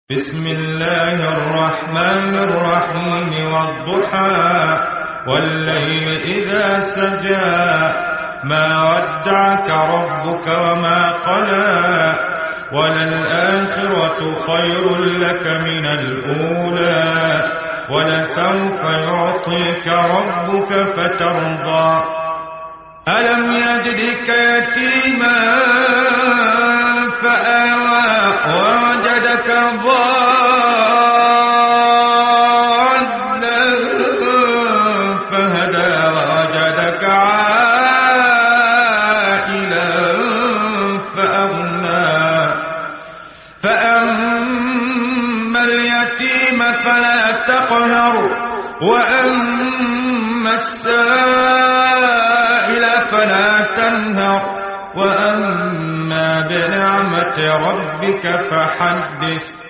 بسم الله الرحمن الرحيم والضحى والليل إذا سجى ما ودعك ربك وما قلى وللآخرة خير لك من الأولى ولسوف يعطيك ربك فترضى ألم يجدك يتيما فآوى ووجدك ضالا فهدى ووجدك عائلا فأغنى فأما اليتيم فلا تقهر وأما السائل فلا تنهر وأما بنعمة ربك فحدث